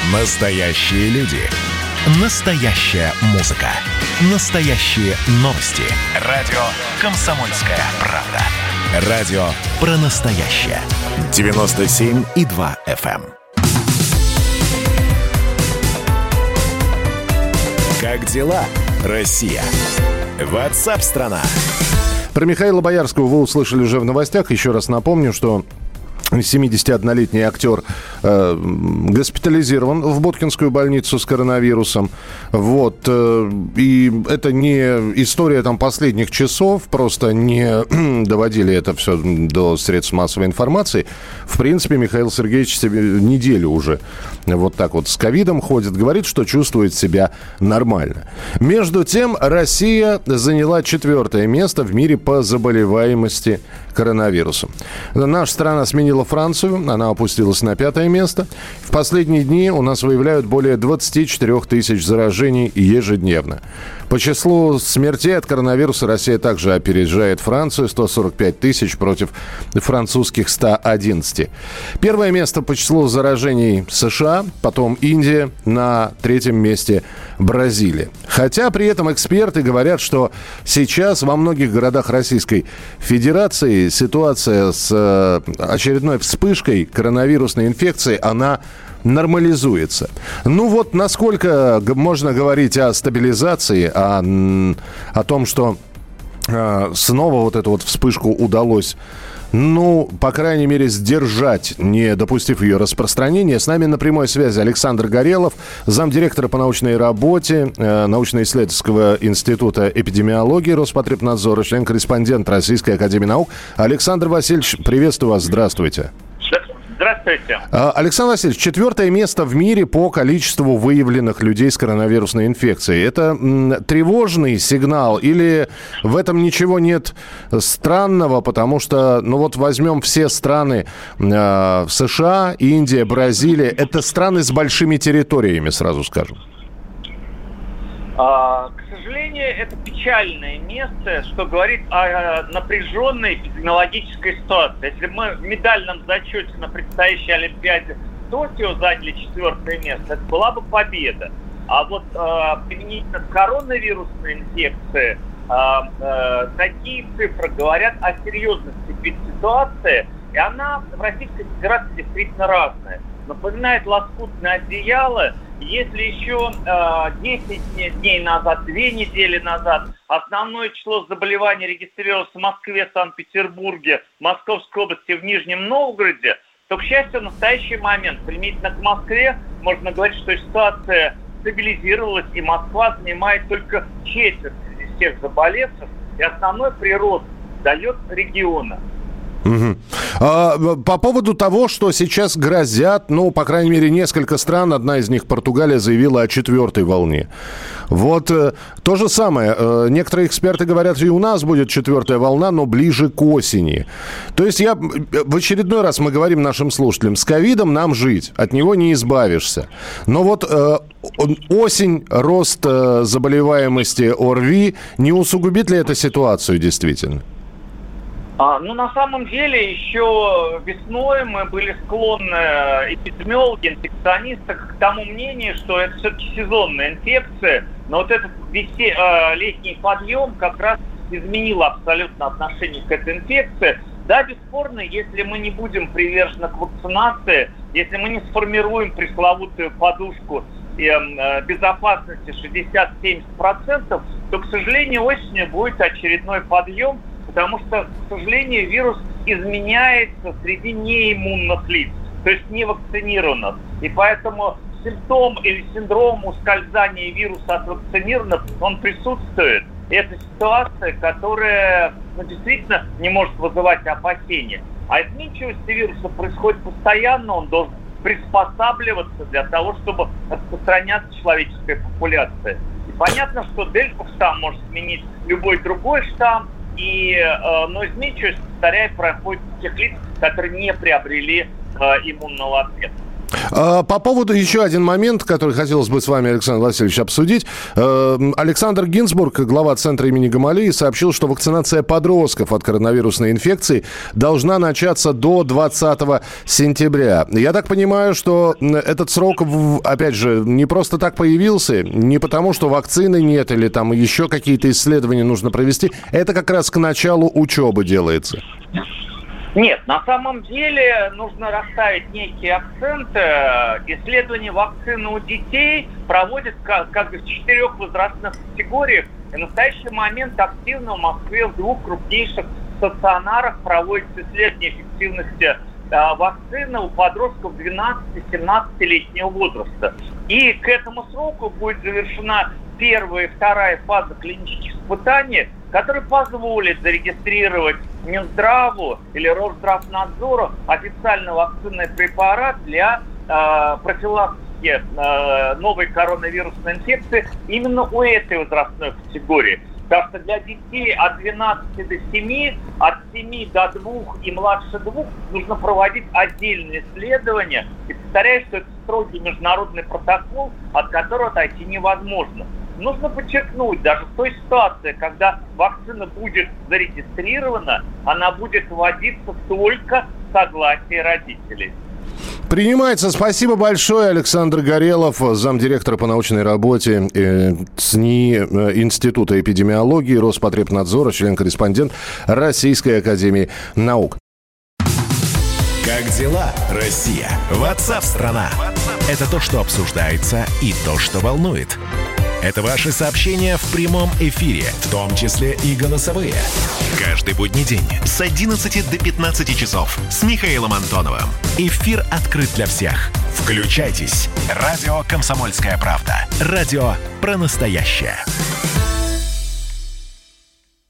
Настоящие люди. Настоящая музыка. Настоящие новости. Радио «Комсомольская правда». Радио про настоящее. 97,2 FM. Как дела, Россия? WhatsApp-страна. Про Михаила Боярского вы услышали уже в новостях. Еще раз напомню, что 71-летний актер госпитализирован в Боткинскую больницу с коронавирусом. Вот. И это не история там последних часов, просто не доводили это все до средств массовой информации. В принципе, Михаил Сергеевич себе неделю уже вот так вот с ковидом ходит, говорит, что чувствует себя нормально. Между тем, Россия заняла 4-е место в мире по заболеваемости коронавирусом. Наша страна сменила Францию, она опустилась на 5-е место. В последние дни у нас выявляют более 24 тысяч заражений ежедневно. По числу смертей от коронавируса Россия также опережает Францию, 145 тысяч против французских 111. Первое место по числу заражений США, потом Индия, на 3-м месте Бразилия. Хотя при этом эксперты говорят, что сейчас во многих городах Российской Федерации ситуация с очередной вспышкой коронавирусной инфекции, она нормализуется. Ну вот насколько можно говорить о стабилизации, о том, что снова вот эту вот вспышку удалось, ну, по крайней мере, сдержать, не допустив ее распространения. С нами на прямой связи Александр Горелов, замдиректора по научной работе Научно-исследовательского института эпидемиологии Роспотребнадзора, член-корреспондент Российской академии наук. Александр Васильевич, приветствую вас, здравствуйте. Здравствуйте. Александр Васильевич, 4-е место в мире по количеству выявленных людей с коронавирусной инфекцией. Это тревожный сигнал или в этом ничего нет странного, потому что, ну вот возьмем все страны США, Индия, Бразилия, это страны с большими территориями, сразу скажем. К сожалению, это печальное место, что говорит о напряженной эпидемиологической ситуации. Если мы в медальном зачете на предстоящей Олимпиаде в Токио заняли 4-е место, это была бы победа. А вот применительно к коронавирусной инфекции такие цифры говорят о серьезности ситуации, и она в Российской Федерации действительно разная. Напоминает лоскутное одеяло. Если еще 10 дней назад, 2 недели назад основное число заболеваний регистрировалось в Москве, Санкт-Петербурге, Московской области, в Нижнем Новгороде, то, к счастью, в настоящий момент, применительно к Москве, можно говорить, что ситуация стабилизировалась, и Москва занимает только четверть из всех заболевших, и основной прирост дает региона. Угу. По поводу того, что сейчас грозят, ну, по крайней мере, несколько стран, одна из них, Португалия, заявила о 4-й волне. Вот то же самое. Некоторые эксперты говорят, и у нас будет 4-я волна, но ближе к осени. То есть в очередной раз мы говорим нашим слушателям, с ковидом нам жить, от него не избавишься. Но вот осень, рост заболеваемости ОРВИ, не усугубит ли это ситуацию действительно? Ну, на самом деле, еще весной мы были склонны, эпидемиологи, инфекционисты, к тому мнению, что это все-таки сезонная инфекция, но вот этот летний подъем как раз изменил абсолютно отношение к этой инфекции. Да, бесспорно, если мы не будем привержены к вакцинации, если мы не сформируем пресловутую подушку безопасности 60-70%, то, к сожалению, осенью будет очередной подъем, потому что, к сожалению, вирус изменяется среди неиммунных лиц, то есть невакцинированных. И поэтому симптом или синдром ускользания вируса от вакцинированных, он присутствует. И это ситуация, которая действительно не может вызывать опасения. А изменчивость вируса происходит постоянно, он должен приспосабливаться для того, чтобы распространяться в человеческой популяции. И понятно, что дельта-штамм может сменить любой другой штамм, но изменчивость, повторяю, проходит у тех лиц, которые не приобрели иммунного ответа. По поводу еще один момент, который хотелось бы с вами, Александр Васильевич, обсудить. Александр Гинзбург, глава Центра имени Гамалеи, сообщил, что вакцинация подростков от коронавирусной инфекции должна начаться до 20 сентября. Я так понимаю, что этот срок, опять же, не просто так появился, не потому, что вакцины нет или там еще какие-то исследования нужно провести. Это как раз к началу учебы делается. Нет, на самом деле нужно расставить некие акценты. Исследования вакцины у детей проводят как бы в 4 возрастных категориях. И в настоящий момент активно в Москве в 2 крупнейших стационарах проводятся исследования эффективности вакцины у подростков 12-17-летнего возраста. И к этому сроку будет завершена первая и вторая фаза клинических испытаний, которые позволят зарегистрировать Минздраву или Росздравнадзору официальный вакцинный препарат для профилактики новой коронавирусной инфекции именно у этой возрастной категории. Потому что для детей от 12 до 7, от 7 до 2 и младше 2 нужно проводить отдельные исследования. И повторяю, что это строгий международный протокол, от которого отойти невозможно. Нужно подчеркнуть, даже в той ситуации, когда вакцина будет зарегистрирована, она будет вводиться только с согласия родителей. Принимается. Спасибо большое. Александр Горелов, замдиректора по научной работе СНИ Института эпидемиологии Роспотребнадзора, член-корреспондент Российской академии наук. Как дела, Россия? WhatsApp-страна. Это то, что обсуждается, и то, что волнует. Это ваши сообщения в прямом эфире, в том числе и голосовые. Каждый будний день с 11 до 15 часов с Михаилом Антоновым. Эфир открыт для всех. Включайтесь. Радио «Комсомольская правда». Радио про настоящее.